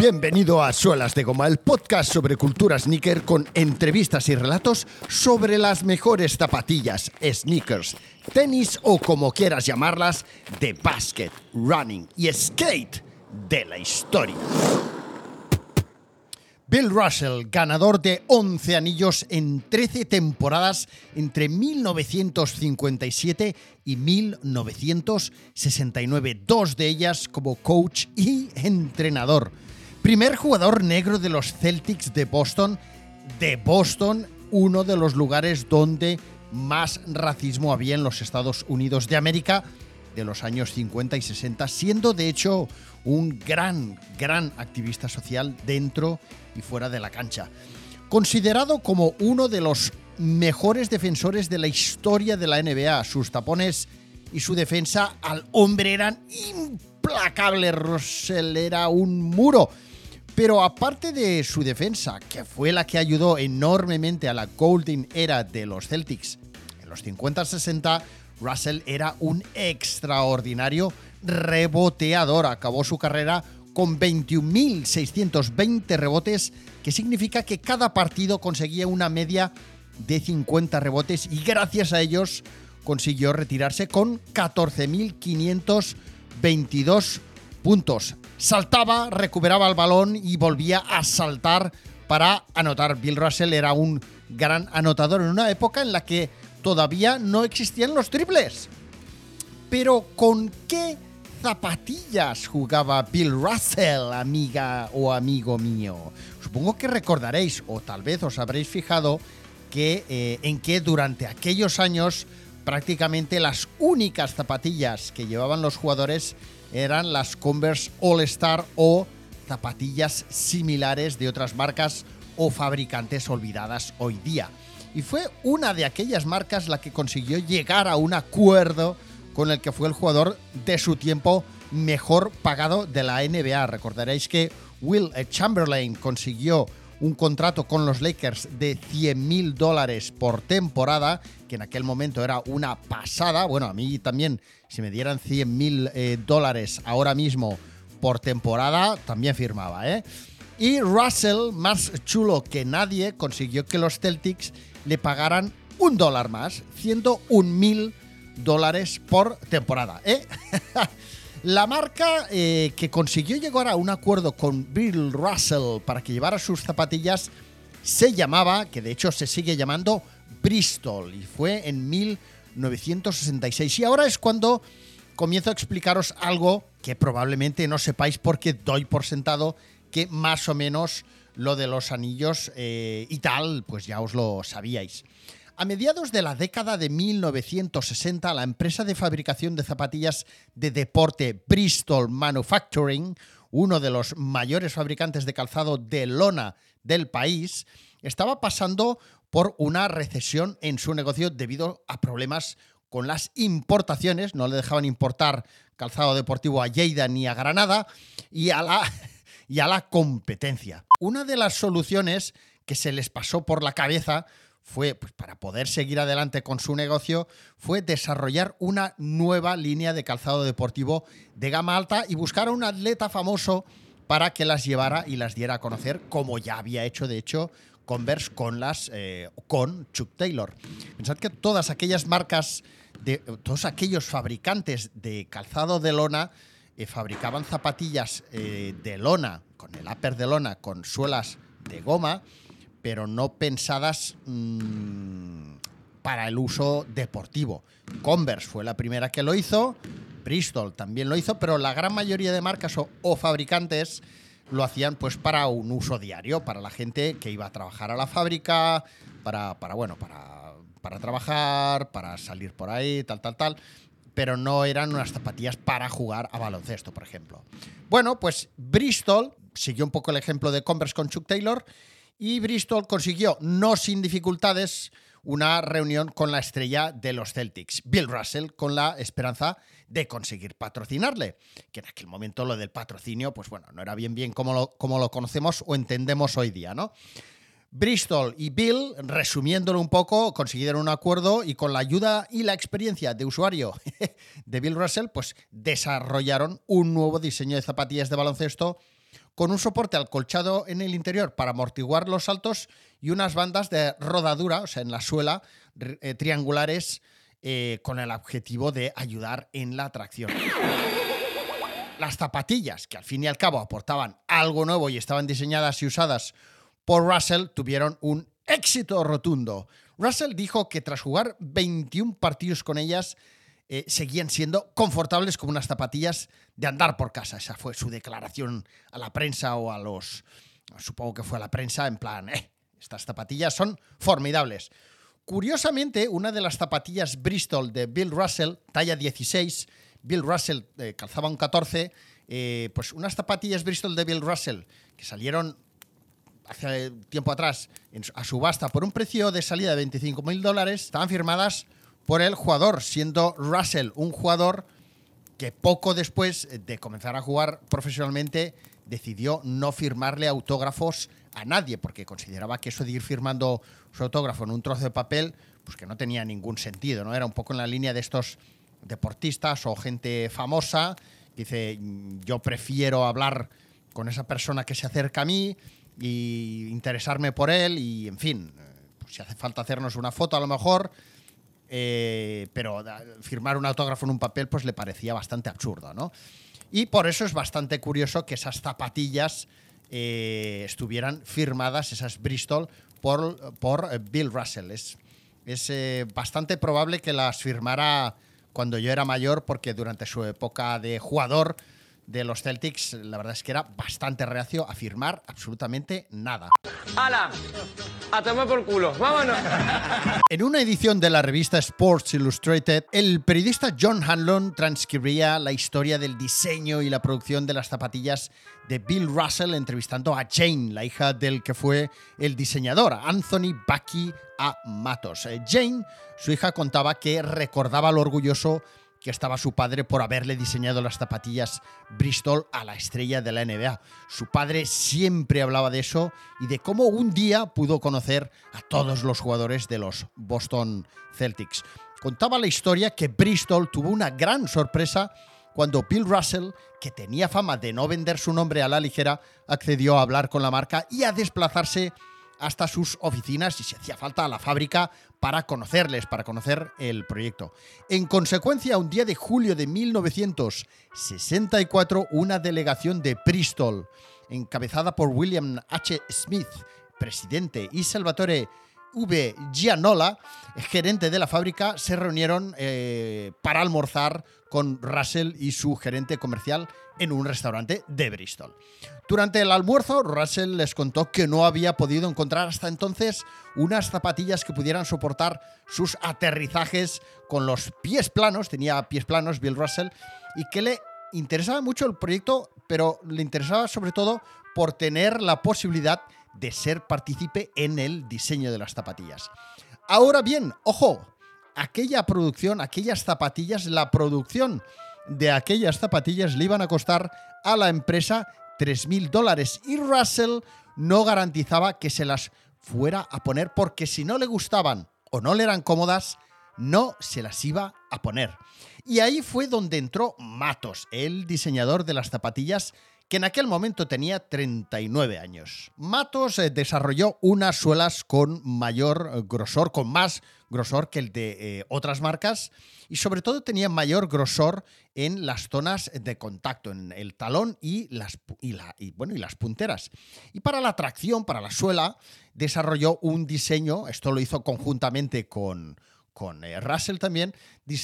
Bienvenido a Suelas de Goma, el podcast sobre cultura sneaker con entrevistas y relatos sobre las mejores zapatillas, sneakers, tenis o como quieras llamarlas, de basket, running y skate de la historia. Bill Russell, ganador de 11 anillos en 13 temporadas entre 1957 y 1969, dos de ellas como coach y entrenador. Primer jugador negro de los Celtics de Boston, uno de los lugares donde más racismo había en los Estados Unidos de América de los años 50 y 60, siendo de hecho un gran activista social dentro y fuera de la cancha. Considerado como uno de los mejores defensores de la historia de la NBA, sus tapones y su defensa al hombre eran implacables. Russell era un muro. Pero aparte de su defensa, que fue la que ayudó enormemente a la Golden Era de los Celtics en los 50-60, Russell era un extraordinario reboteador. Acabó su carrera con 21.620 rebotes, que significa que cada partido conseguía una media de 50 rebotes y gracias a ellos consiguió retirarse con 14.522 puntos. Saltaba, recuperaba el balón y volvía a saltar para anotar. Bill Russell era un gran anotador en una época en la que todavía no existían los triples. Pero ¿con qué zapatillas jugaba Bill Russell, amiga o amigo mío? Supongo que recordaréis, o tal vez os habréis fijado, en que durante aquellos años prácticamente las únicas zapatillas que llevaban los jugadores eran las Converse All-Star o zapatillas similares de otras marcas o fabricantes olvidadas hoy día. Y fue una de aquellas marcas la que consiguió llegar a un acuerdo con el que fue el jugador de su tiempo mejor pagado de la NBA. Recordaréis que Will Chamberlain consiguió un contrato con los Lakers de $100,000 por temporada, que en aquel momento era una pasada. Bueno, a mí también, si me dieran $100,000 ahora mismo por temporada, también firmaba, ¿eh? Y Russell, más chulo que nadie, consiguió que los Celtics le pagaran $1 más, $101,000 por temporada, ¿eh? La marca que consiguió llegar a un acuerdo con Bill Russell para que llevara sus zapatillas se llamaba, que de hecho se sigue llamando, Bristol, y fue en 1966. Y ahora es cuando comienzo a explicaros algo que probablemente no sepáis porque doy por sentado que más o menos lo de los anillos y tal, pues ya os lo sabíais. A mediados de la década de 1960, la empresa de fabricación de zapatillas de deporte Bristol Manufacturing, uno de los mayores fabricantes de calzado de lona del país, estaba pasando por una recesión en su negocio debido a problemas con las importaciones. No le dejaban importar calzado deportivo a Lleida ni a Granada y a la competencia. Una de las soluciones que se les pasó por la cabeza fue, pues, para poder seguir adelante con su negocio, fue desarrollar una nueva línea de calzado deportivo de gama alta y buscar a un atleta famoso para que las llevara y las diera a conocer, como ya había hecho, de hecho, Converse con Chuck Taylor. Pensad que todas aquellas marcas, todos aquellos fabricantes de calzado de lona fabricaban zapatillas de lona, con el upper de lona, con suelas de goma, pero no pensadas para el uso deportivo. Converse fue la primera que lo hizo, Bristol también lo hizo, pero la gran mayoría de marcas o fabricantes lo hacían pues para un uso diario, para la gente que iba a trabajar a la fábrica, para trabajar, para salir por ahí, tal, pero no eran unas zapatillas para jugar a baloncesto, por ejemplo. Bueno, pues Bristol siguió un poco el ejemplo de Converse con Chuck Taylor, y Bristol consiguió, no sin dificultades, una reunión con la estrella de los Celtics, Bill Russell, con la esperanza de conseguir patrocinarle. Que en aquel momento lo del patrocinio, pues bueno, no era bien como lo conocemos o entendemos hoy día, ¿no? Bristol y Bill, resumiéndolo un poco, consiguieron un acuerdo y con la ayuda y la experiencia de usuario de Bill Russell, pues desarrollaron un nuevo diseño de zapatillas de baloncesto con un soporte acolchado en el interior para amortiguar los saltos y unas bandas de rodadura, o sea, en la suela, triangulares, con el objetivo de ayudar en la tracción. Las zapatillas, que al fin y al cabo aportaban algo nuevo y estaban diseñadas y usadas por Russell, tuvieron un éxito rotundo. Russell dijo que tras jugar 21 partidos con ellas, seguían siendo confortables como unas zapatillas de andar por casa. Esa fue su declaración a la prensa o a los... Supongo que fue a la prensa en plan, estas zapatillas son formidables. Curiosamente, una de las zapatillas Bristol de Bill Russell, talla 16, Bill Russell calzaba un 14, pues unas zapatillas Bristol de Bill Russell que salieron hace tiempo atrás a subasta por un precio de salida de $25.000, estaban firmadas por el jugador, siendo Russell un jugador que poco después de comenzar a jugar profesionalmente decidió no firmarle autógrafos a nadie, porque consideraba que eso de ir firmando su autógrafo en un trozo de papel, pues que no tenía ningún sentido, ¿no? Era un poco en la línea de estos deportistas o gente famosa. Dice, yo prefiero hablar con esa persona que se acerca a mí y interesarme por él y, en fin, pues si hace falta hacernos una foto a lo mejor, pero firmar un autógrafo en un papel pues le parecía bastante absurdo, ¿no? Y por eso es bastante curioso que esas zapatillas estuvieran firmadas, esas Bristol, por Bill Russell. Es bastante probable que las firmara cuando yo era mayor, porque durante su época de jugador de los Celtics, la verdad es que era bastante reacio a firmar absolutamente nada. ¡Hala! ¡A tomar por culo! ¡Vámonos! En una edición de la revista Sports Illustrated, el periodista John Hanlon transcribía la historia del diseño y la producción de las zapatillas de Bill Russell, entrevistando a Jane, la hija del que fue el diseñador, Anthony Bucky A. Matos. Jane, su hija, contaba que recordaba lo orgulloso que estaba su padre por haberle diseñado las zapatillas Bristol a la estrella de la NBA. Su padre siempre hablaba de eso y de cómo un día pudo conocer a todos los jugadores de los Boston Celtics. Contaba la historia que Bristol tuvo una gran sorpresa cuando Bill Russell, que tenía fama de no vender su nombre a la ligera, accedió a hablar con la marca y a desplazarse hasta sus oficinas y, si hacía falta, a la fábrica para conocerles, para conocer el proyecto. En consecuencia, un día de julio de 1964, una delegación de Bristol, encabezada por William H. Smith, presidente, y Salvatore V. Gianola, gerente de la fábrica, se reunieron para almorzar con Russell y su gerente comercial en un restaurante de Bristol. Durante el almuerzo, Russell les contó que no había podido encontrar hasta entonces unas zapatillas que pudieran soportar sus aterrizajes con los pies planos. Tenía pies planos Bill Russell, y que le interesaba mucho el proyecto, pero le interesaba sobre todo por tener la posibilidad de ser partícipe en el diseño de las zapatillas. Ahora bien, ojo, aquella producción, aquellas zapatillas, la producción de aquellas zapatillas le iban a costar a la empresa $3.000, y Russell no garantizaba que se las fuera a poner, porque si no le gustaban o no le eran cómodas, no se las iba a poner. Y ahí fue donde entró Matos, el diseñador de las zapatillas, que en aquel momento tenía 39 años. Matos desarrolló unas suelas con mayor grosor, con más grosor que el de otras marcas, y sobre todo tenía mayor grosor en las zonas de contacto, en el talón y las punteras. Y para la tracción, para la suela, desarrolló un diseño, esto lo hizo conjuntamente con Russell también,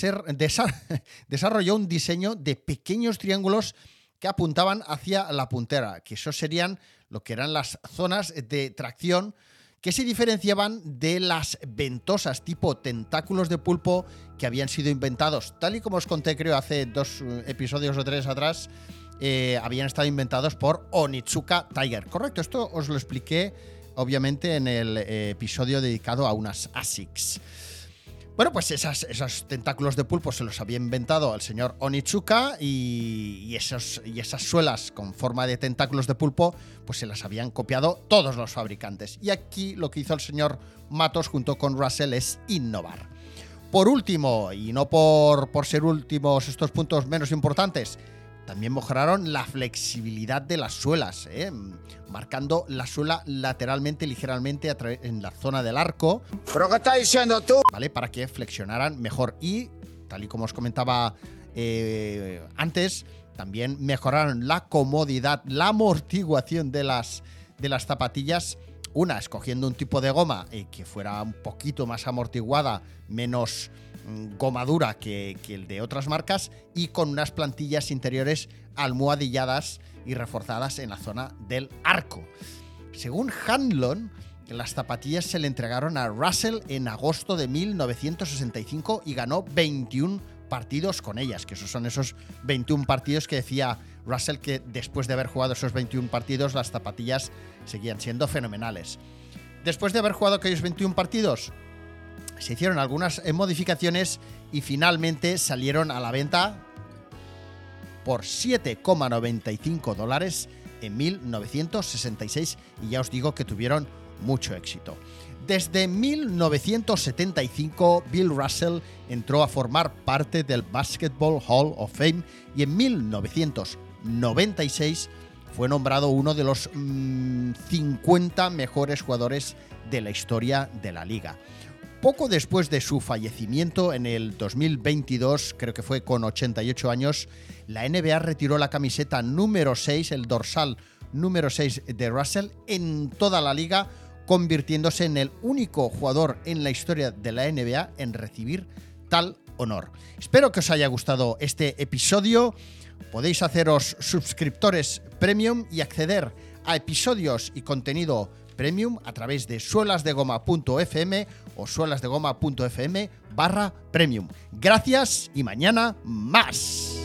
desarrolló un diseño de pequeños triángulos que apuntaban hacia la puntera, que eso serían lo que eran las zonas de tracción, que se diferenciaban de las ventosas tipo tentáculos de pulpo que habían sido inventados, tal y como os conté, creo, hace 2 episodios o 3 atrás, habían estado inventados por Onitsuka Tiger. Correcto, esto os lo expliqué, obviamente, en el episodio dedicado a unas ASICs. Bueno, pues esos tentáculos de pulpo se los había inventado el señor Onitsuka, y esas suelas con forma de tentáculos de pulpo pues se las habían copiado todos los fabricantes. Y aquí lo que hizo el señor Matos junto con Russell es innovar. Por último, y no por ser últimos estos puntos menos importantes, También mejoraron la flexibilidad de las suelas, marcando la suela lateralmente, ligeramente en la zona del arco. ¿Pero qué estás diciendo tú? ¿Vale? Para que flexionaran mejor. Y, tal y como os comentaba antes, también mejoraron la comodidad, la amortiguación de las zapatillas. Una, escogiendo un tipo de goma que fuera un poquito más amortiguada, menos goma dura que el de otras marcas, y con unas plantillas interiores almohadilladas y reforzadas en la zona del arco. Según Hanlon, las zapatillas se le entregaron a Russell en agosto de 1965 y ganó 21 partidos con ellas, que esos son esos 21 partidos que decía Russell que después de haber jugado esos 21 partidos las zapatillas seguían siendo fenomenales. Después de haber jugado aquellos 21 partidos se hicieron algunas modificaciones y finalmente salieron a la venta por $7,95 en 1966 y ya os digo que tuvieron mucho éxito. Desde 1975, Bill Russell entró a formar parte del Basketball Hall of Fame y en 1996 fue nombrado uno de los 50 mejores jugadores de la historia de la liga. Poco después de su fallecimiento, en el 2022, creo que fue con 88 años, la NBA retiró la camiseta número 6, el dorsal número 6 de Russell en toda la liga, convirtiéndose en el único jugador en la historia de la NBA en recibir tal honor. Espero que os haya gustado este episodio. Podéis haceros suscriptores premium y acceder a episodios y contenido premium a través de suelasdegoma.fm o suelasdegoma.fm/premium. Gracias y mañana más.